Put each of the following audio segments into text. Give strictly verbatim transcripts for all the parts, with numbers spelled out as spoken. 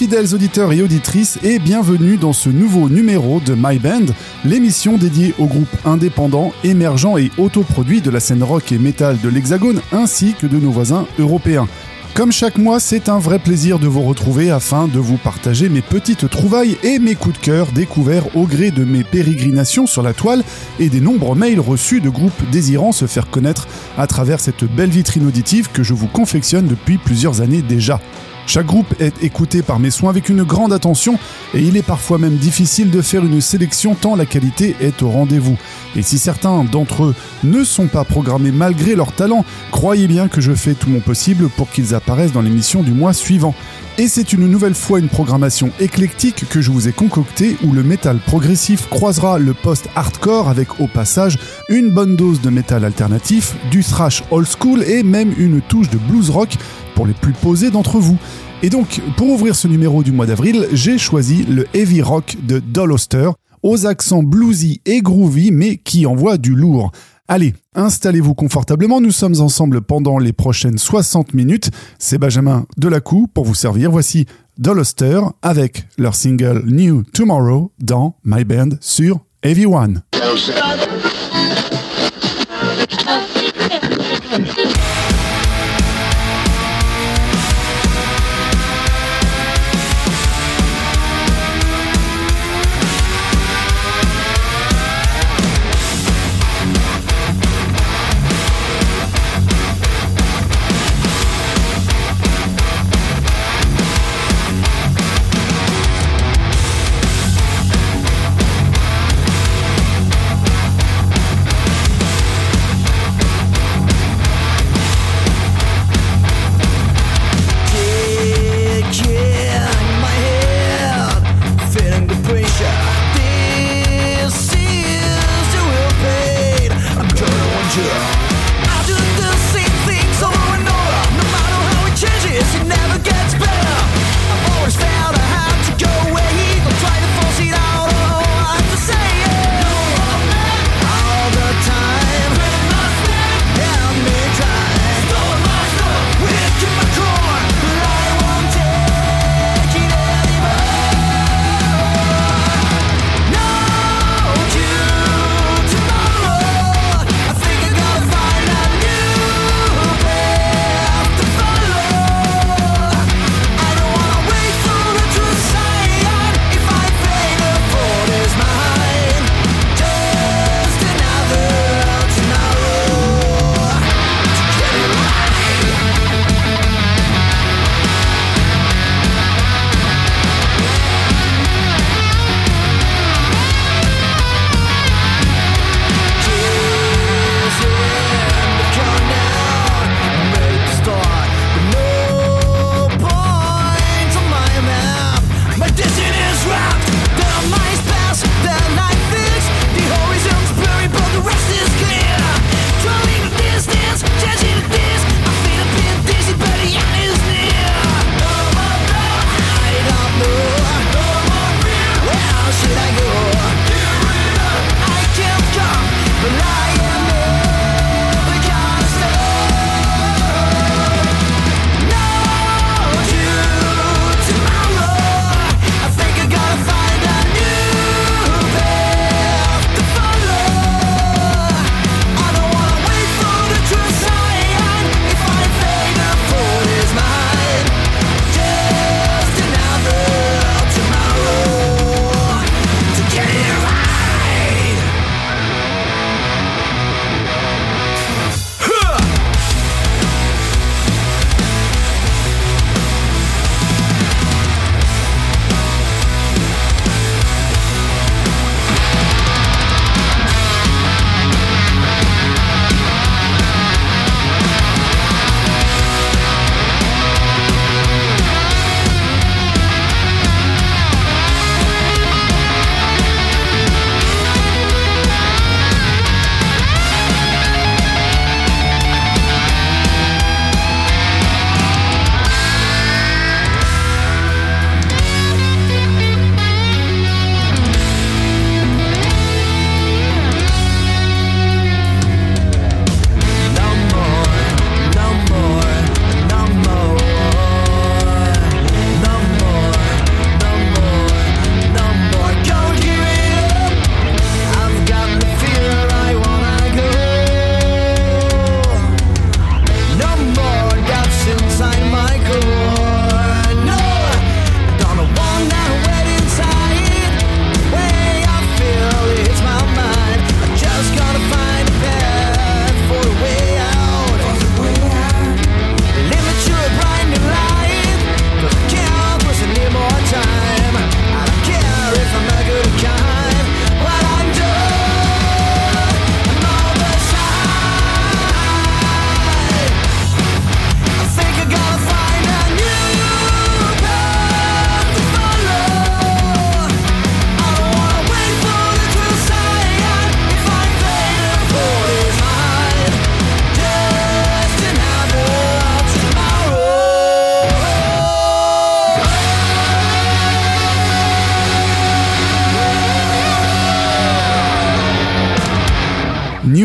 fidèles auditeurs et auditrices, et bienvenue dans ce nouveau numéro de My Band, l'émission dédiée aux groupes indépendants, émergents et autoproduits de la scène rock et métal de l'Hexagone ainsi que de nos voisins européens. Comme chaque mois, c'est un vrai plaisir de vous retrouver afin de vous partager mes petites trouvailles et mes coups de cœur découverts au gré de mes pérégrinations sur la toile et des nombreux mails reçus de groupes désirant se faire connaître à travers cette belle vitrine auditive que je vous confectionne depuis plusieurs années déjà. Chaque groupe est écouté par mes soins avec une grande attention et il est parfois même difficile de faire une sélection tant la qualité est au rendez-vous. Et si certains d'entre eux ne sont pas programmés malgré leur talent, croyez bien que je fais tout mon possible pour qu'ils apparaissent dans l'émission du mois suivant. Et c'est une nouvelle fois une programmation éclectique que je vous ai concoctée où le métal progressif croisera le post-hardcore avec au passage une bonne dose de métal alternatif, du thrash old school et même une touche de blues rock pour les plus posés d'entre vous. Et donc, pour ouvrir ce numéro du mois d'avril, j'ai choisi le heavy rock de Doloster, aux accents bluesy et groovy, mais qui envoie du lourd. Allez, installez-vous confortablement, nous sommes ensemble pendant les prochaines soixante minutes. C'est Benjamin Delacou pour vous servir. Voici Doloster avec leur single New Tomorrow dans My Band sur Heavy One.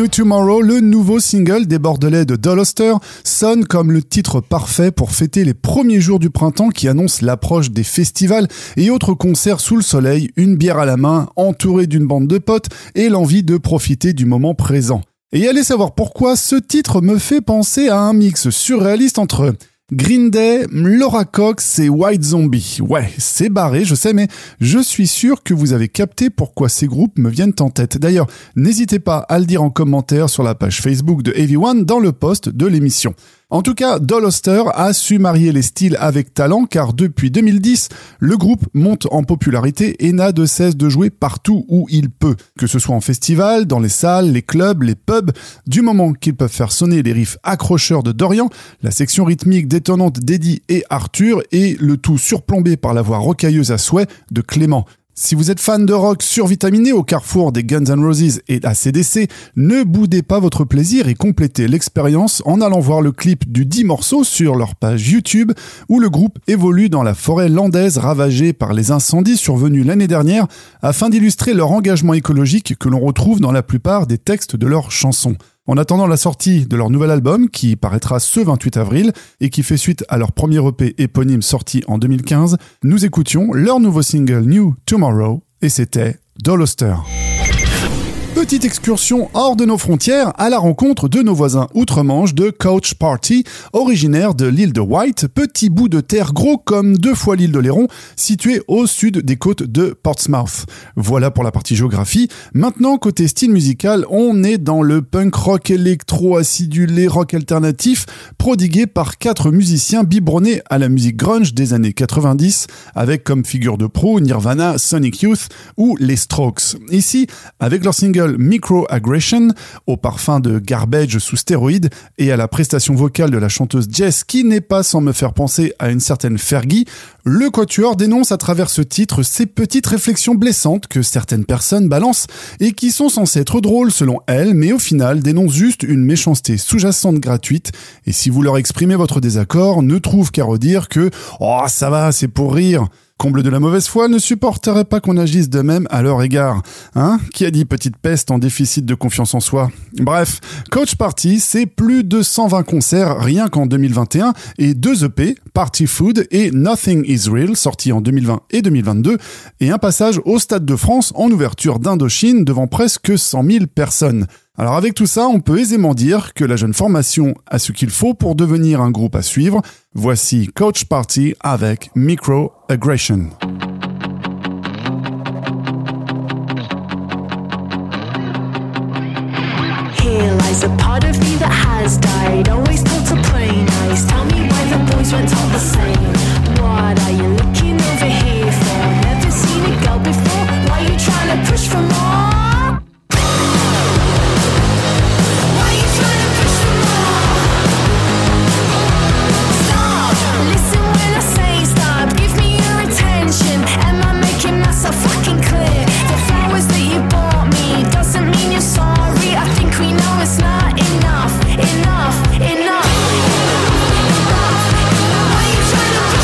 New Tomorrow, le nouveau single des Bordelais de Doloster, sonne comme le titre parfait pour fêter les premiers jours du printemps qui annoncent l'approche des festivals et autres concerts sous le soleil, une bière à la main, entouré d'une bande de potes et l'envie de profiter du moment présent. Et allez savoir pourquoi ce titre me fait penser à un mix surréaliste entre Green Day, Laura Cox et White Zombie. Ouais, c'est barré, je sais, mais je suis sûr que vous avez capté pourquoi ces groupes me viennent en tête. D'ailleurs, n'hésitez pas à le dire en commentaire sur la page Facebook de Heavy One dans le post de l'émission. En tout cas, Doloster a su marier les styles avec talent car depuis deux mille dix, le groupe monte en popularité et n'a de cesse de jouer partout où il peut. Que ce soit en festival, dans les salles, les clubs, les pubs, du moment qu'ils peuvent faire sonner les riffs accrocheurs de Dorian, la section rythmique détonnante d'Eddie et Arthur et le tout surplombé par la voix rocailleuse à souhait de Clément. Si vous êtes fan de rock survitaminé au carrefour des Guns N' Roses et A C D C, ne boudez pas votre plaisir et complétez l'expérience en allant voir le clip du dix morceaux sur leur page YouTube où le groupe évolue dans la forêt landaise ravagée par les incendies survenus l'année dernière afin d'illustrer leur engagement écologique que l'on retrouve dans la plupart des textes de leurs chansons. En attendant la sortie de leur nouvel album, qui paraîtra ce vingt-huit avril et qui fait suite à leur premier E P éponyme sorti en deux mille quinze, nous écoutions leur nouveau single New Tomorrow et c'était Doloster. Petite excursion hors de nos frontières à la rencontre de nos voisins outre-Manche de Couch Party, originaire de l'île de Wight, petit bout de terre gros comme deux fois l'île de Léron, situé au sud des côtes de Portsmouth. Voilà pour la partie géographie. Maintenant, côté style musical, on est dans le punk rock électro acidulé rock alternatif, prodigué par quatre musiciens biberonnés à la musique grunge des années quatre-vingt-dix, avec comme figure de proue Nirvana, Sonic Youth ou les Strokes. Ici, avec leur single Microaggression, au parfum de garbage sous stéroïdes et à la prestation vocale de la chanteuse Jess qui n'est pas sans me faire penser à une certaine Fergie, le quatuor dénonce à travers ce titre ces petites réflexions blessantes que certaines personnes balancent et qui sont censées être drôles selon elles, mais au final dénoncent juste une méchanceté sous-jacente gratuite et si vous leur exprimez votre désaccord, ne trouvent qu'à redire que « Oh, ça va, c'est pour rire ». Comble de la mauvaise foi, ne supporterait pas qu'on agisse de même à leur égard. Hein ? Qui a dit petite peste en déficit de confiance en soi ? Bref, Couch Party, c'est plus de cent vingt concerts rien qu'en deux mille vingt et un et deux E P, Party Food et Nothing Is Real, sortis en deux mille vingt et deux mille vingt-deux, et un passage au Stade de France en ouverture d'Indochine devant presque cent mille personnes. Alors avec tout ça, on peut aisément dire que la jeune formation a ce qu'il faut pour devenir un groupe à suivre. Voici Couch Party avec Microaggression. Here lies a part of me that has died, always told to play nice. Tell me why the boys weren't all the same. What are you looking over here for? Never seen a girl before? Why you trying to push for more? Enough, enough. Why you trying to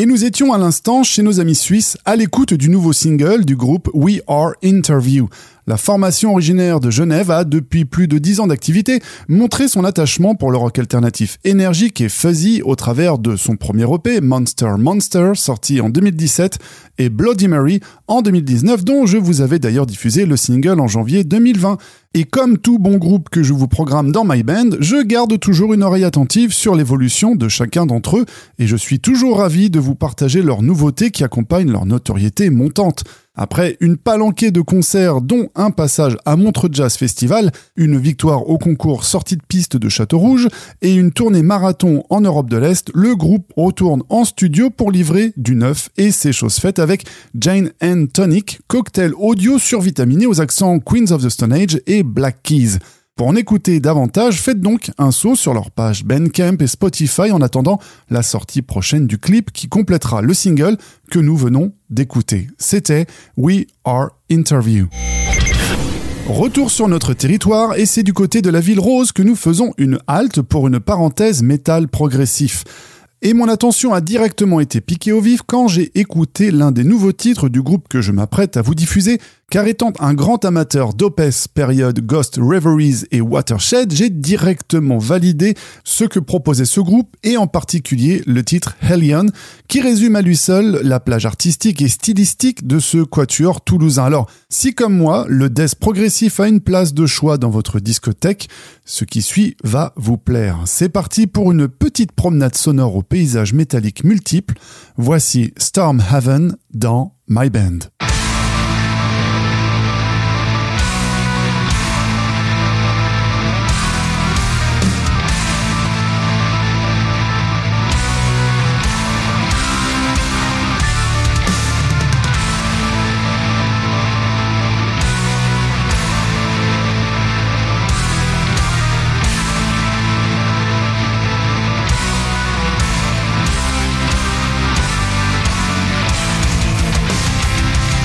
Et nous étions à l'instant chez nos amis suisses à l'écoute du nouveau single du groupe We Are Interview. La formation originaire de Genève a, depuis plus de dix ans d'activité, montré son attachement pour le rock alternatif énergique et fuzzy au travers de son premier E P, Monster Monster, sorti en deux mille dix-sept, et Bloody Mary en deux mille dix-neuf, dont je vous avais d'ailleurs diffusé le single en janvier deux mille vingt. Et comme tout bon groupe que je vous programme dans My Band, je garde toujours une oreille attentive sur l'évolution de chacun d'entre eux, et je suis toujours ravi de vous partager leurs nouveautés qui accompagnent leur notoriété montante. Après une palanquée de concerts, dont un passage à Montreux Jazz Festival, une victoire au concours sortie de piste de Château-Rouge et une tournée marathon en Europe de l'Est, le groupe retourne en studio pour livrer du neuf, et c'est chose faite avec Jane and Tonic, cocktail audio survitaminé aux accents Queens of the Stone Age et Black Keys. Pour en écouter davantage, faites donc un saut sur leur page Bandcamp et Spotify en attendant la sortie prochaine du clip qui complétera le single que nous venons d'écouter. C'était We Are Interview. Retour sur notre territoire, et c'est du côté de la Ville Rose que nous faisons une halte pour une parenthèse métal progressif. Et mon attention a directement été piquée au vif quand j'ai écouté l'un des nouveaux titres du groupe que je m'apprête à vous diffuser, car étant un grand amateur d'Opeth, période Ghost Reveries et Watershed, j'ai directement validé ce que proposait ce groupe, et en particulier le titre Hellion, qui résume à lui seul la plage artistique et stylistique de ce quatuor toulousain. Alors, si comme moi, le death progressif a une place de choix dans votre discothèque, ce qui suit va vous plaire. C'est parti pour une petite promenade sonore au paysage métallique multiple. Voici Stormhaven dans My Band. Stormhaven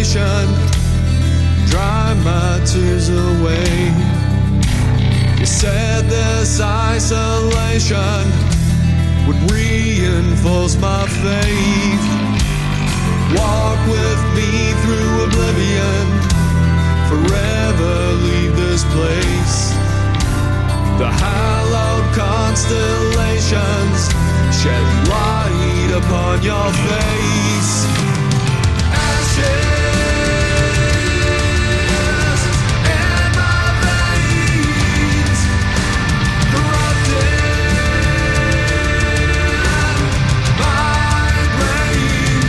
isolation, dry my tears away. You said this isolation would reinforce my faith. Walk with me through oblivion, forever leave this place. The hallowed constellations shed light upon your face. Ashes in my veins, corrupted my brain.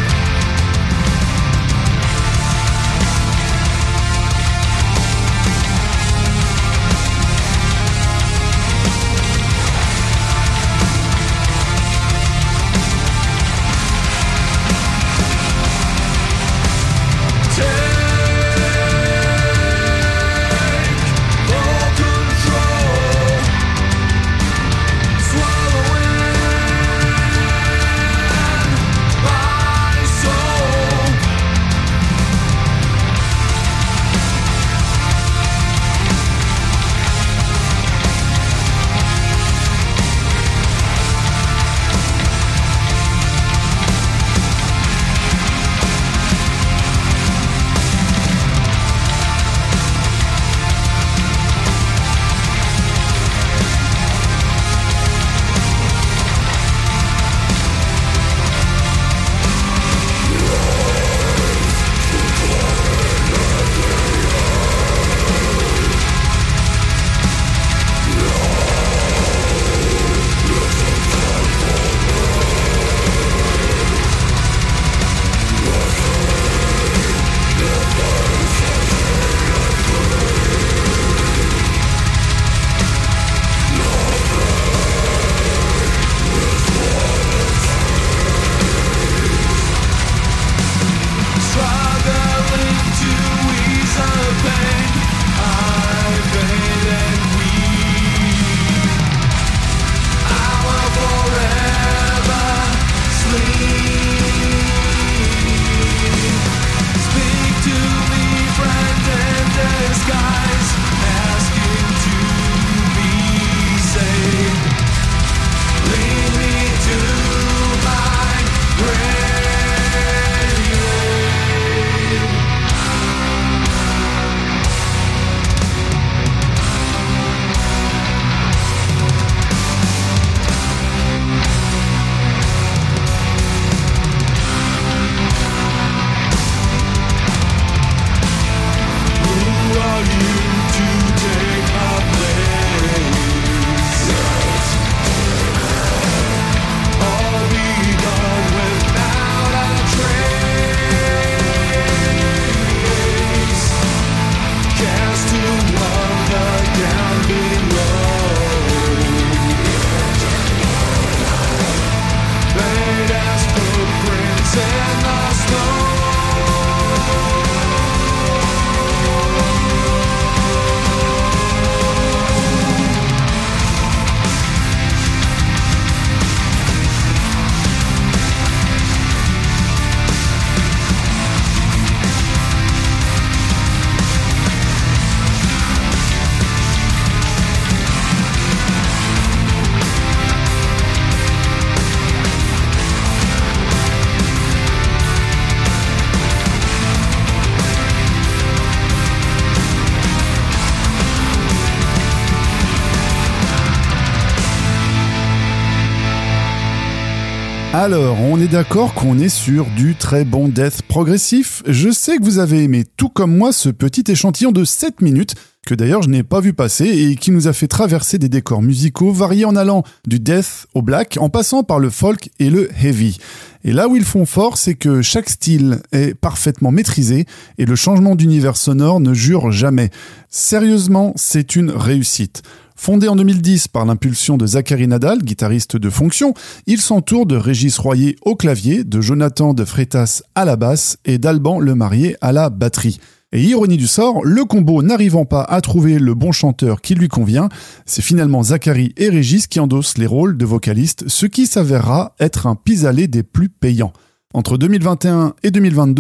Alors, on est d'accord qu'on est sur du très bon death progressif. Je sais que vous avez aimé, tout comme moi, ce petit échantillon de sept minutes, que d'ailleurs je n'ai pas vu passer et qui nous a fait traverser des décors musicaux variés en allant du death au black, en passant par le folk et le heavy. Et là où ils font fort, c'est que chaque style est parfaitement maîtrisé et le changement d'univers sonore ne jure jamais. Sérieusement, c'est une réussite. Fondé en deux mille dix par l'impulsion de Zachary Nadal, guitariste de fonction, il s'entoure de Régis Royer au clavier, de Jonathan de Freitas à la basse et d'Alban Lemarié à la batterie. Et ironie du sort, le combo n'arrivant pas à trouver le bon chanteur qui lui convient, c'est finalement Zachary et Régis qui endossent les rôles de vocalistes, ce qui s'avérera être un pis-aller des plus payants. Entre deux mille vingt et un et deux mille vingt-deux,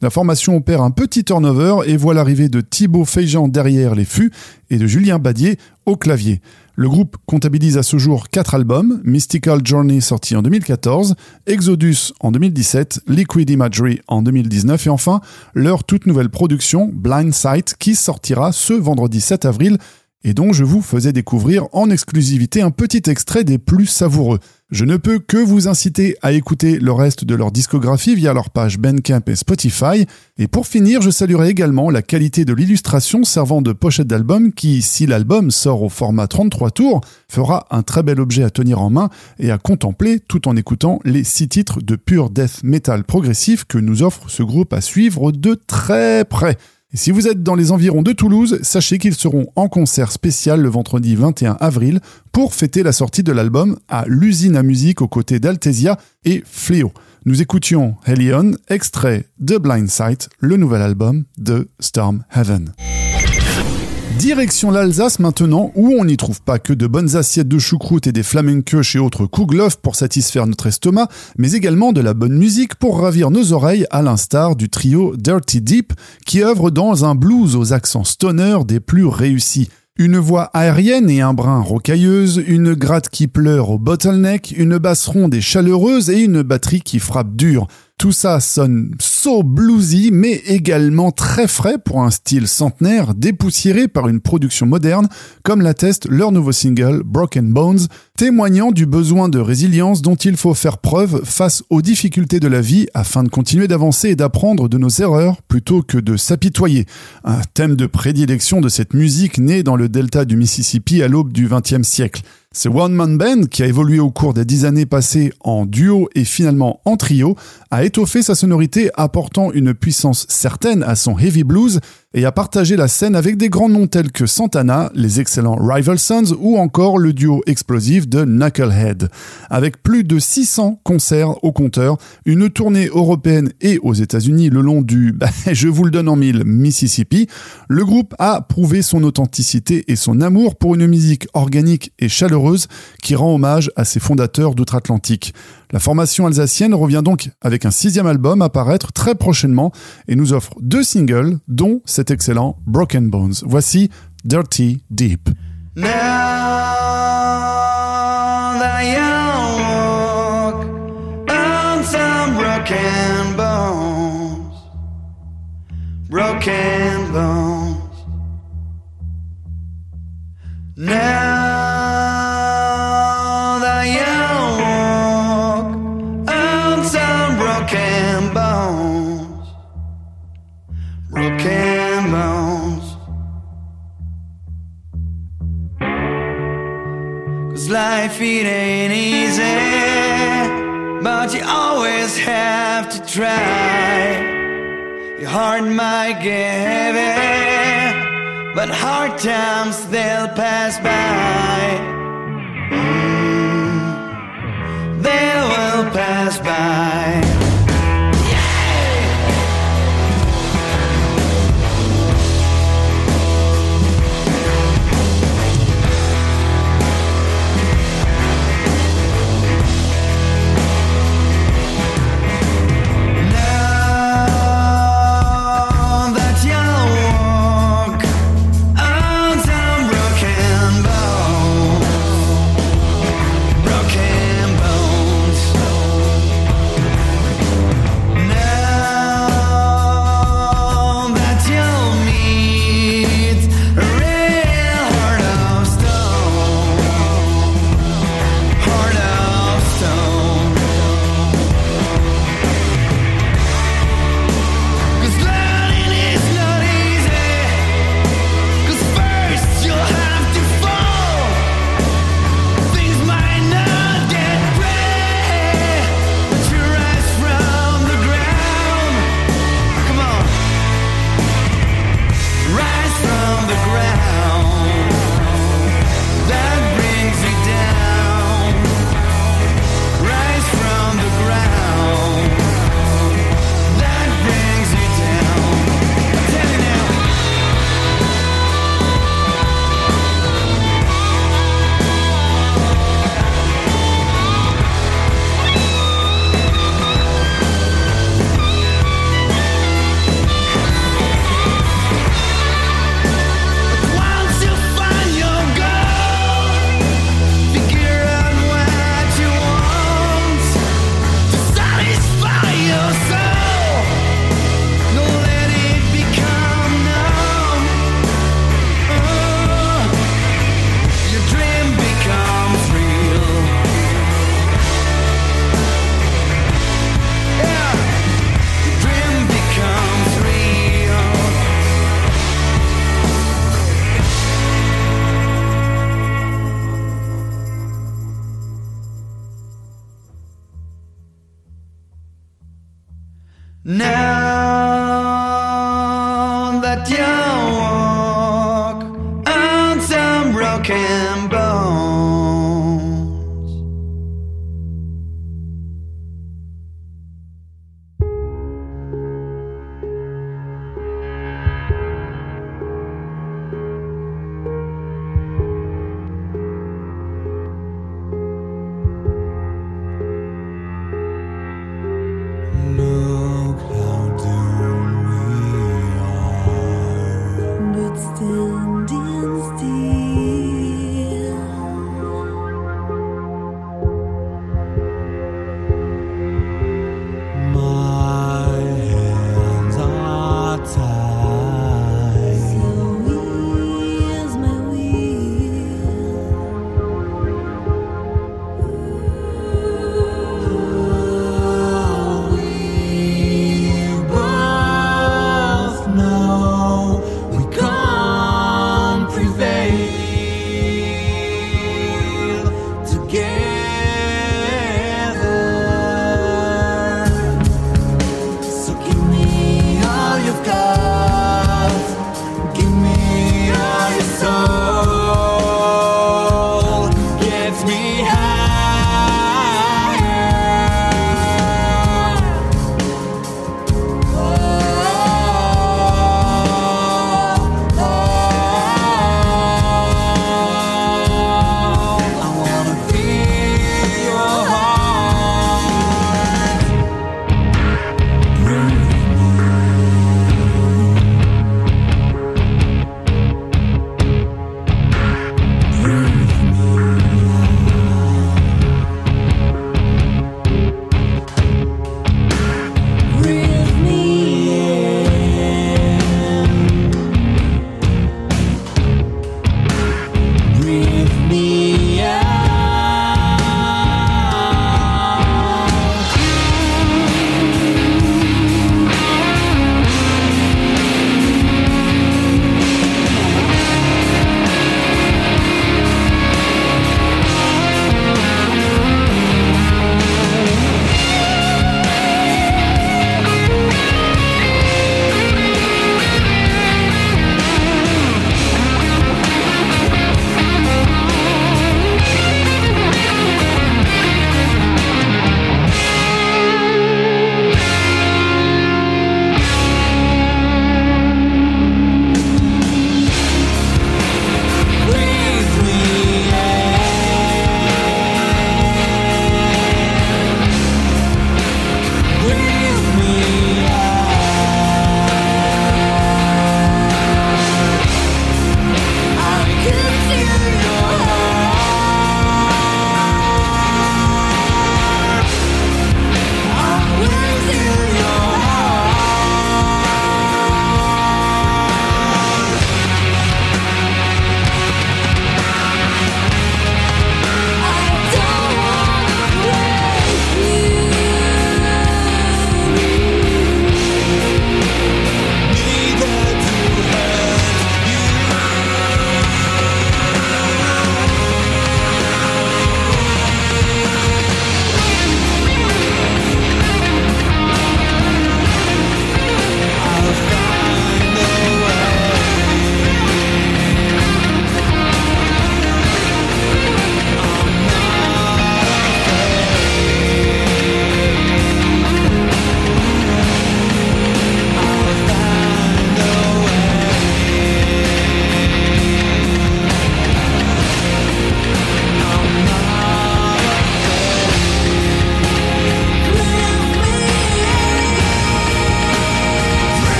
La formation opère un petit turnover et voit l'arrivée de Thibaut Féjean derrière les fûts et de Julien Badier au clavier. Le groupe comptabilise à ce jour quatre albums, Mystical Journey sorti en deux mille quatorze, Exodus en deux mille dix-sept, Liquid Imagery en deux mille dix-neuf et enfin leur toute nouvelle production Blind Sight qui sortira ce vendredi sept avril et dont je vous faisais découvrir en exclusivité un petit extrait des plus savoureux. Je ne peux que vous inciter à écouter le reste de leur discographie via leur page Bandcamp et Spotify. Et pour finir, je saluerai également la qualité de l'illustration servant de pochette d'album qui, si l'album sort au format trente-trois tours, fera un très bel objet à tenir en main et à contempler tout en écoutant les six titres de pur death metal progressif que nous offre ce groupe à suivre de très près. Et si vous êtes dans les environs de Toulouse, sachez qu'ils seront en concert spécial le vendredi vingt et un avril pour fêter la sortie de l'album à l'usine à musique aux côtés d'Altesia et Fléau. Nous écoutions Hellion, extrait de Blind Sight, le nouvel album de Storm Heaven. Direction l'Alsace maintenant, où on n'y trouve pas que de bonnes assiettes de choucroute et des flamenqueuches et autres kouglof pour satisfaire notre estomac, mais également de la bonne musique pour ravir nos oreilles à l'instar du trio Dirty Deep, qui œuvre dans un blues aux accents stoner des plus réussis. Une voix aérienne et un brin rocailleuse, une gratte qui pleure au bottleneck, une basse ronde et chaleureuse et une batterie qui frappe dur. Tout ça sonne so bluesy, mais également très frais pour un style centenaire, dépoussiéré par une production moderne, comme l'atteste leur nouveau single Broken Bones, témoignant du besoin de résilience dont il faut faire preuve face aux difficultés de la vie afin de continuer d'avancer et d'apprendre de nos erreurs plutôt que de s'apitoyer. Un thème de prédilection de cette musique née dans le delta du Mississippi à l'aube du vingtième siècle. Ce one-man band, qui a évolué au cours des dix années passées en duo et finalement en trio, a étoffé sa sonorité apportant une puissance certaine à son heavy blues et a partagé la scène avec des grands noms tels que Santana, les excellents Rival Sons ou encore le duo explosif de Knucklehead. Avec plus de six cents concerts au compteur, une tournée européenne et aux États-Unis le long du, bah, je vous le donne en mille, Mississippi, le groupe a prouvé son authenticité et son amour pour une musique organique et chaleureuse qui rend hommage à ses fondateurs d'outre-Atlantique. La formation alsacienne revient donc avec un sixième album à paraître très prochainement et nous offre deux singles, dont cet excellent Broken Bones. Voici Dirty Deep. Now that you walk on some broken bones, broken bones. Now that you walk on some broken bones, broken bones. 'Cause life it ain't easy, but you always have to try. Your heart might get heavy, but hard times they'll pass by. Mm, they will pass by. let you walk on some broken bones. Look how doomed we are, But standing still, my hands are tied. so is my will. We both know we can't prevail together. So give me all you've got, give me all your soul, get me higher. Oh, oh, I wanna feel your heart breathing in.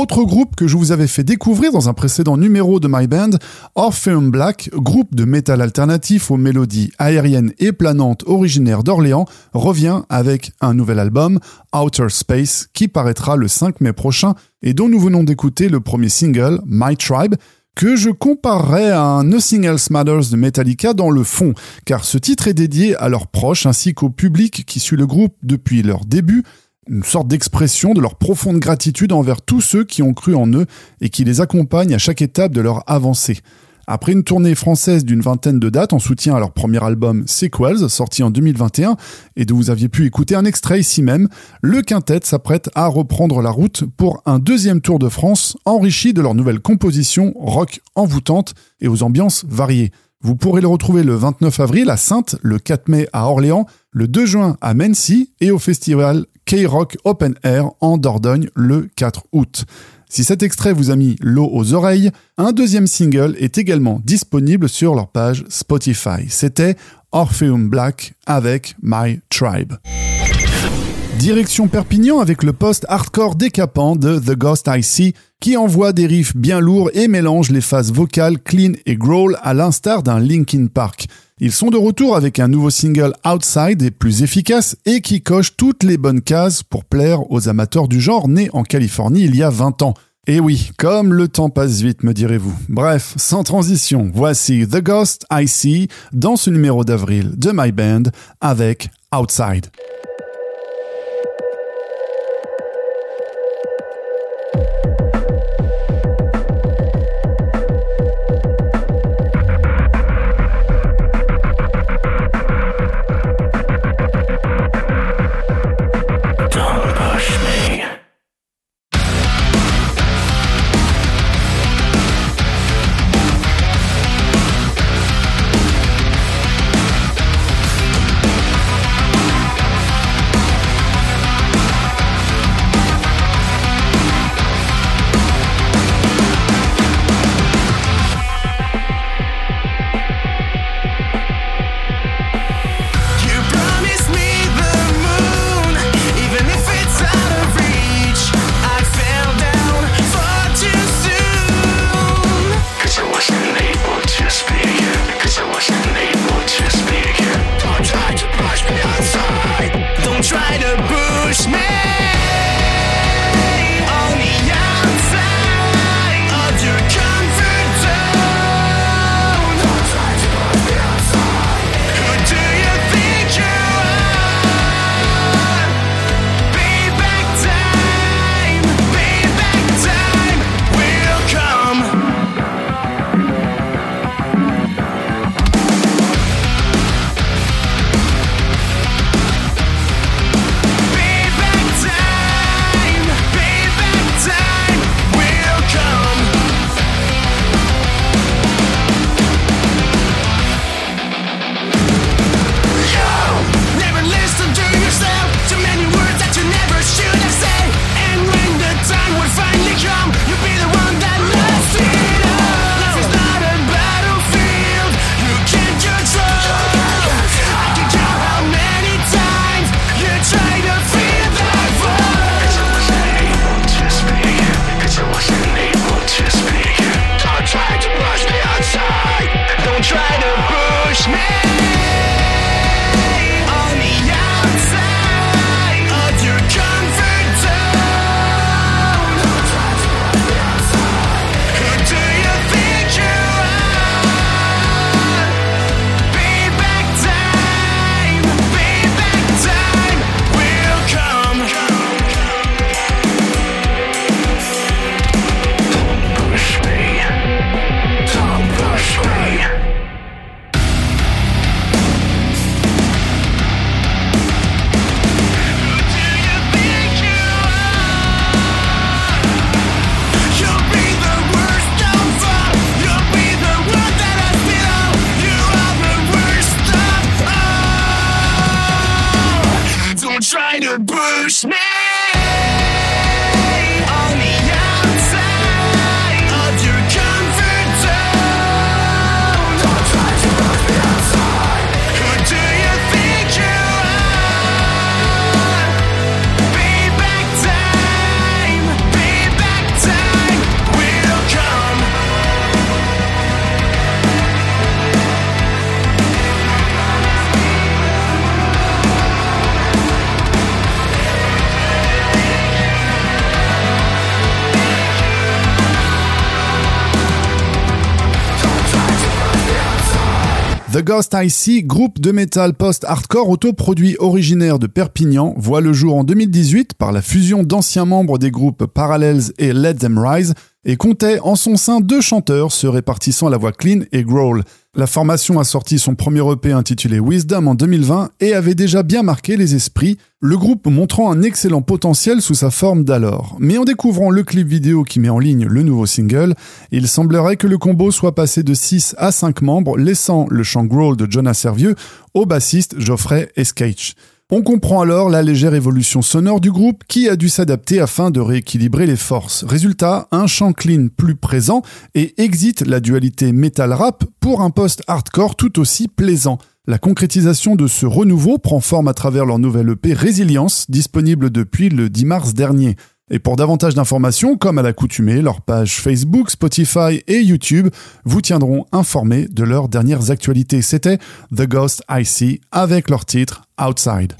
Autre groupe que je vous avais fait découvrir dans un précédent numéro de My Band, Orpheum Black, groupe de métal alternatif aux mélodies aériennes et planantes originaire d'Orléans, revient avec un nouvel album, Outer Space, qui paraîtra le cinq mai prochain et dont nous venons d'écouter le premier single, My Tribe, que je comparerais à un Nothing Else Matters de Metallica dans le fond, car ce titre est dédié à leurs proches ainsi qu'au public qui suit le groupe depuis leur début, une sorte d'expression de leur profonde gratitude envers tous ceux qui ont cru en eux et qui les accompagnent à chaque étape de leur avancée. Après une tournée française d'une vingtaine de dates en soutien à leur premier album Sequels, sorti en deux mille vingt et un, et dont vous aviez pu écouter un extrait ici même, le quintet s'apprête à reprendre la route pour un deuxième tour de France enrichi de leur nouvelle composition rock envoûtante et aux ambiances variées. Vous pourrez le retrouver le vingt-neuf avril à Saintes, le quatre mai à Orléans, le deux juin à Mency et au festival K-Rock Open Air en Dordogne le quatre août. Si cet extrait vous a mis l'eau aux oreilles, un deuxième single est également disponible sur leur page Spotify. C'était Orpheum Black avec My Tribe. Direction Perpignan avec le post-hardcore décapant de The Ghost I See qui envoie des riffs bien lourds et mélange les phases vocales clean et growl à l'instar d'un Linkin Park. Ils sont de retour avec un nouveau single Outside et plus efficace et qui coche toutes les bonnes cases pour plaire aux amateurs du genre nés en Californie il y a vingt ans. Et oui, comme le temps passe vite, me direz-vous. Bref, sans transition, voici The Ghost I See dans ce numéro d'avril de My Band avec Outside. Back time, The Ghost I See, groupe de métal post-hardcore autoproduit originaire de Perpignan, voit le jour en deux mille dix-huit par la fusion d'anciens membres des groupes Parallels et Let Them Rise et comptait en son sein deux chanteurs se répartissant la voix clean et growl. La formation a sorti son premier E P intitulé Wisdom en deux mille vingt et avait déjà bien marqué les esprits, le groupe montrant un excellent potentiel sous sa forme d'alors. Mais en découvrant le clip vidéo qui met en ligne le nouveau single, il semblerait que le combo soit passé de six à cinq membres, laissant le chant growl de Jonas Servieux au bassiste Geoffrey Escaich. On comprend alors la légère évolution sonore du groupe qui a dû s'adapter afin de rééquilibrer les forces. Résultat, un chant clean plus présent et exit la dualité metal-rap pour un post-hardcore tout aussi plaisant. La concrétisation de ce renouveau prend forme à travers leur nouvelle E P Résilience, disponible depuis le dix mars dernier. Et pour davantage d'informations, comme à l'accoutumée, leurs pages Facebook, Spotify et YouTube vous tiendront informés de leurs dernières actualités. C'était The Ghost I See avec leur titre Outside.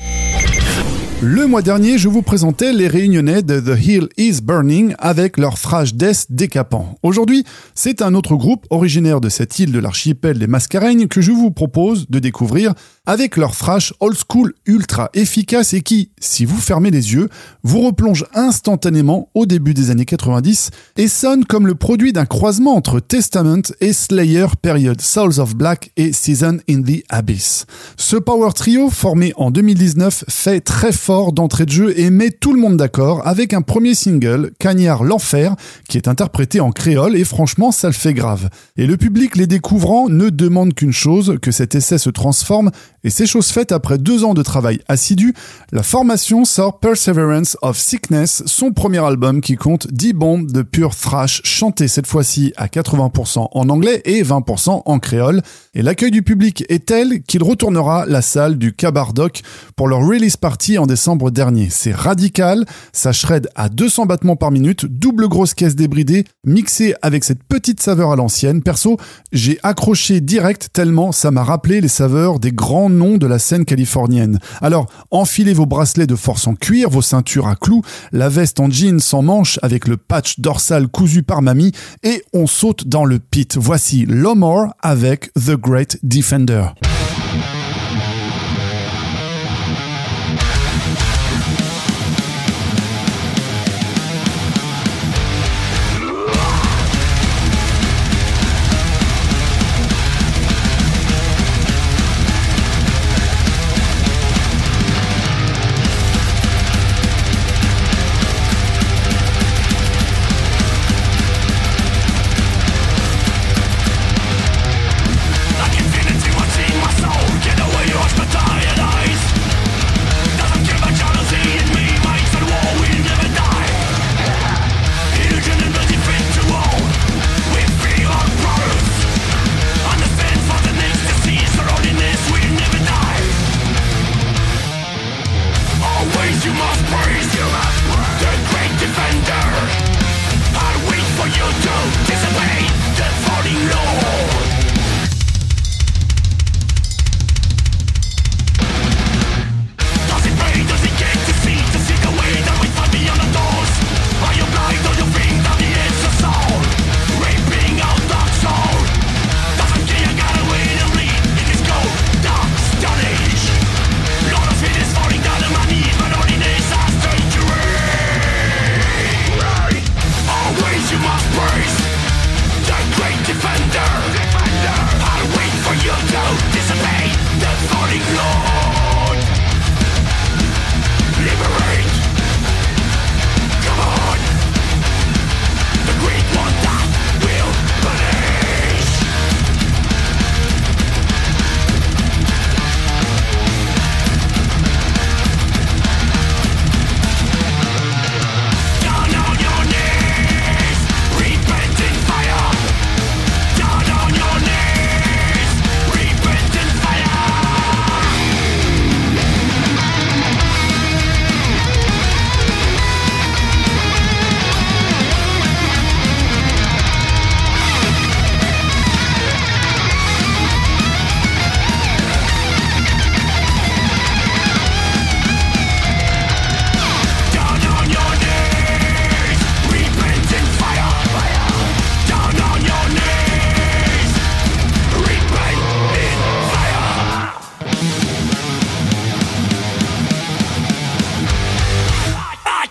Le mois dernier, je vous présentais les Réunionnais de The Hill is Burning avec leur thrash death décapant. Aujourd'hui, c'est un autre groupe originaire de cette île de l'archipel des Mascareignes que je vous propose de découvrir avec leur thrash old school ultra efficace et qui, si vous fermez les yeux, vous replonge instantanément au début des années quatre-vingt-dix et sonne comme le produit d'un croisement entre Testament et Slayer période Souls of Black et Season in the Abyss. Ce power trio formé en deux mille dix-neuf fait très fort d'entrée de jeu et met tout le monde d'accord avec un premier single, Cagnard l'Enfer, qui est interprété en créole et franchement ça le fait grave. Et le public les découvrant ne demande qu'une chose, que cet essai se transforme. Et c'est chose faite après deux ans de travail assidu, la formation sort Perseverance of Sickness, son premier album qui compte dix bombes de pure thrash chantées cette fois-ci à quatre-vingts pour cent en anglais et vingt pour cent en créole. Et l'accueil du public est tel qu'il retournera la salle du Cabardoc pour leur release party en décembre dernier. C'est radical, ça shred à deux cents battements par minute, double grosse caisse débridée, mixée avec cette petite saveur à l'ancienne. Perso, j'ai accroché direct tellement ça m'a rappelé les saveurs des grands noms de la scène californienne. Alors, enfilez vos bracelets de force en cuir, vos ceintures à clous, la veste en jean sans manches avec le patch dorsal cousu par mamie et on saute dans le pit. Voici Lomore avec The Great Defender. Like infinity watching my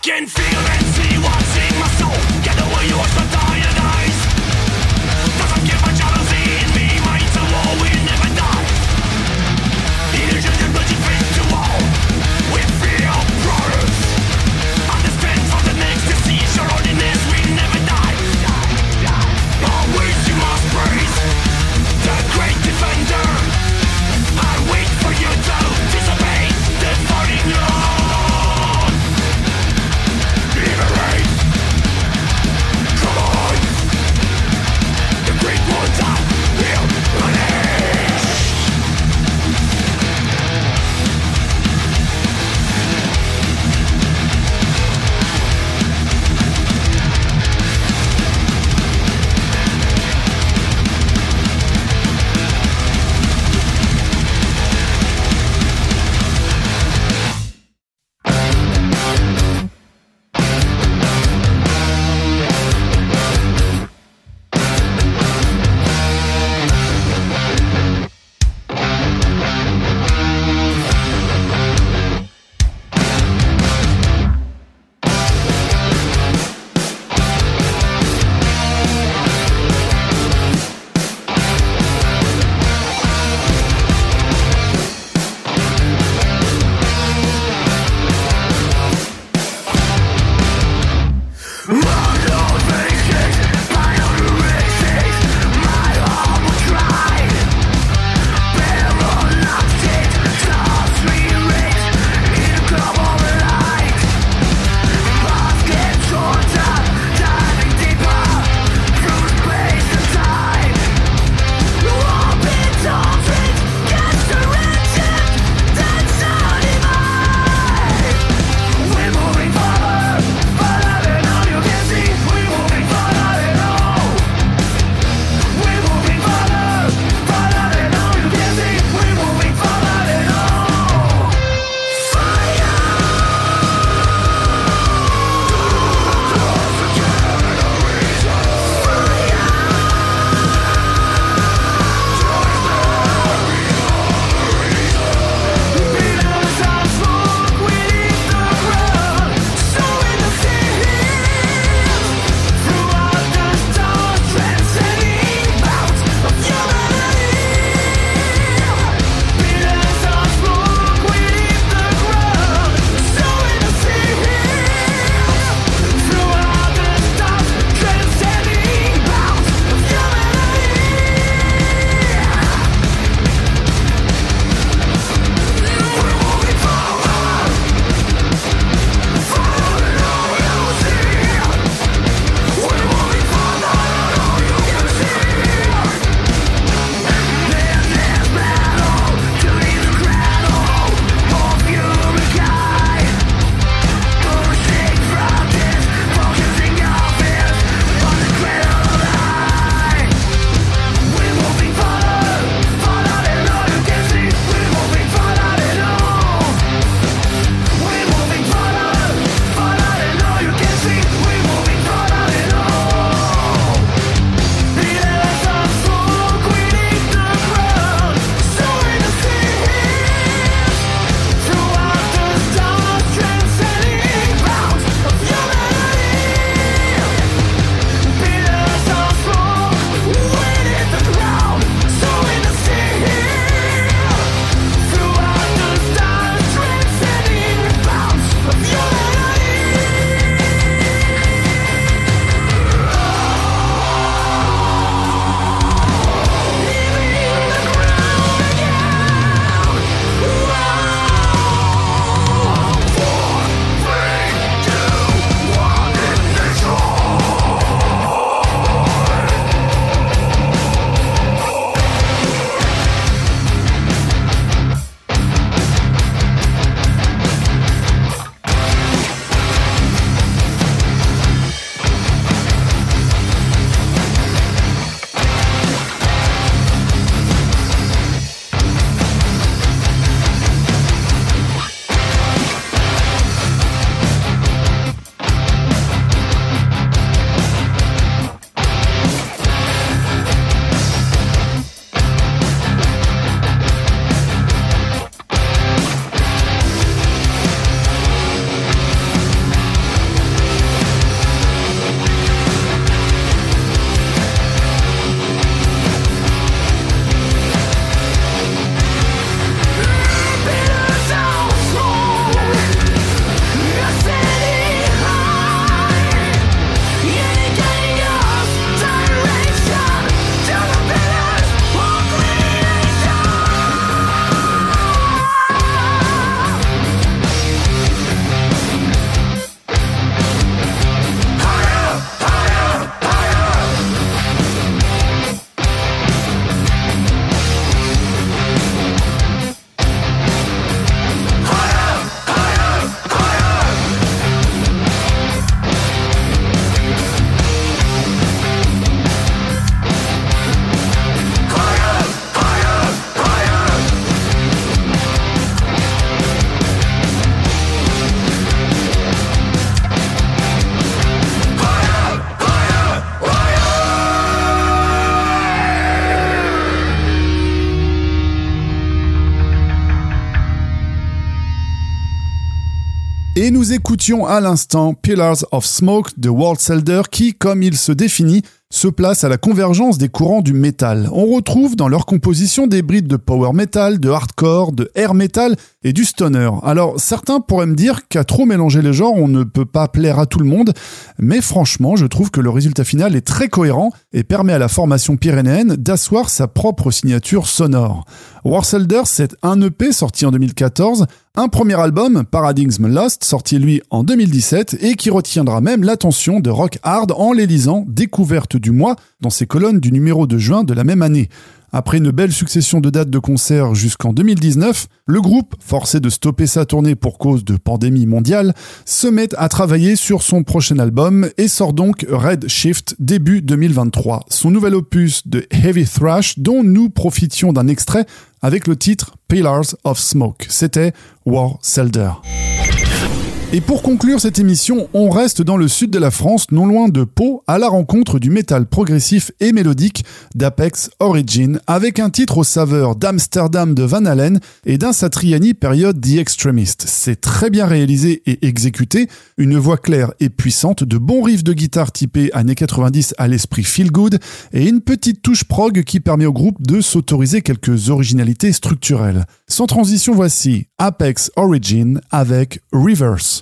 can feel and see what's in my soul. Get away, you watch my tired eyes. Doesn't give a jealousy in me. Minds a war, we never die. Illusion and bloody fit to all. We feel brothers. Understand from the next to see your loneliness, we never die. Always you must praise the great defender. I wait for you to disobey the falling Lord. Et nous écoutions à l'instant Pillars of Smoke de World Selder qui, comme il se définit, se place à la convergence des courants du métal. On retrouve dans leur composition des brides de power metal, de hardcore, de air metal et du stoner. Alors certains pourraient me dire qu'à trop mélanger les genres, on ne peut pas plaire à tout le monde, mais franchement, je trouve que le résultat final est très cohérent et permet à la formation pyrénéenne d'asseoir sa propre signature sonore. Warselder, c'est un E P sorti en deux mille quatorze, un premier album, Paradigm Lost, sorti lui en deux mille dix-sept et qui retiendra même l'attention de Rock Hard en l'élisant découverte du mois dans ses colonnes du numéro de juin de la même année. Après une belle succession de dates de concerts jusqu'en deux mille dix-neuf, le groupe, forcé de stopper sa tournée pour cause de pandémie mondiale, se met à travailler sur son prochain album et sort donc Red Shift début deux mille vingt-trois, son nouvel opus de heavy thrash dont nous profitions d'un extrait avec le titre Pillars of Smoke. C'était Warselder. Et pour conclure cette émission, on reste dans le sud de la France, non loin de Pau, à la rencontre du métal progressif et mélodique d'Apex Origin, avec un titre aux saveurs d'Amsterdam de Van Halen et d'un Satriani période The Extremist. C'est très bien réalisé et exécuté, une voix claire et puissante, de bons riffs de guitare typés années quatre-vingt-dix à l'esprit feel good, et une petite touche prog qui permet au groupe de s'autoriser quelques originalités structurelles. Sans transition, voici Apex Origin avec Reverse.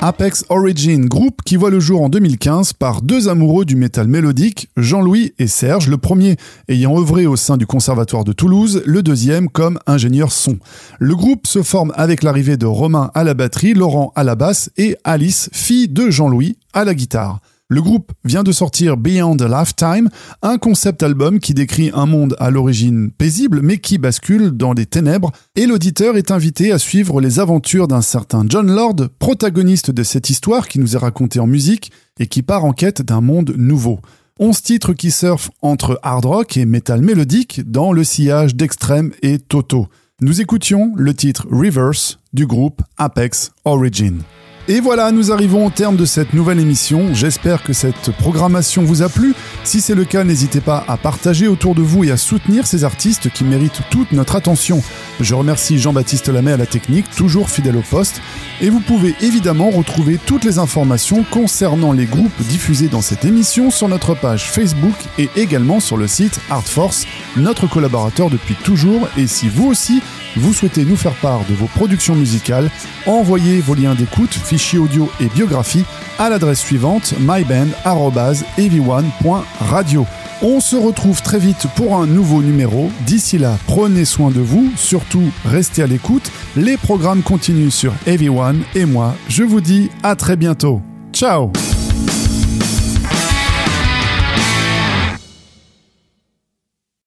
Apex Origin, groupe qui voit le jour en deux mille quinze par deux amoureux du métal mélodique, Jean-Louis et Serge, le premier ayant œuvré au sein du Conservatoire de Toulouse, le deuxième comme ingénieur son. Le groupe se forme avec l'arrivée de Romain à la batterie, Laurent à la basse et Alice, fille de Jean-Louis, à la guitare. Le groupe vient de sortir Beyond a Lifetime, un concept album qui décrit un monde à l'origine paisible mais qui bascule dans les ténèbres, et l'auditeur est invité à suivre les aventures d'un certain Jon Lord, protagoniste de cette histoire qui nous est racontée en musique et qui part en quête d'un monde nouveau. Onze titres qui surfent entre hard rock et metal mélodique dans le sillage d'Extrême et Toto. Nous écoutions le titre Reverse du groupe Apex Origin. Et voilà, nous arrivons au terme de cette nouvelle émission. J'espère que cette programmation vous a plu. Si c'est le cas, n'hésitez pas à partager autour de vous et à soutenir ces artistes qui méritent toute notre attention. Je remercie Jean-Baptiste Lamay à la technique, toujours fidèle au poste. Et vous pouvez évidemment retrouver toutes les informations concernant les groupes diffusés dans cette émission sur notre page Facebook et également sur le site Artforce, notre collaborateur depuis toujours. Et si vous aussi, vous souhaitez nous faire part de vos productions musicales, envoyez vos liens d'écoute, fichiers audio et biographies à l'adresse suivante myband arobase a v one point radio. On se retrouve très vite pour un nouveau numéro. D'ici là, prenez soin de vous, surtout restez à l'écoute. Les programmes continuent sur A V one et moi, je vous dis à très bientôt. Ciao!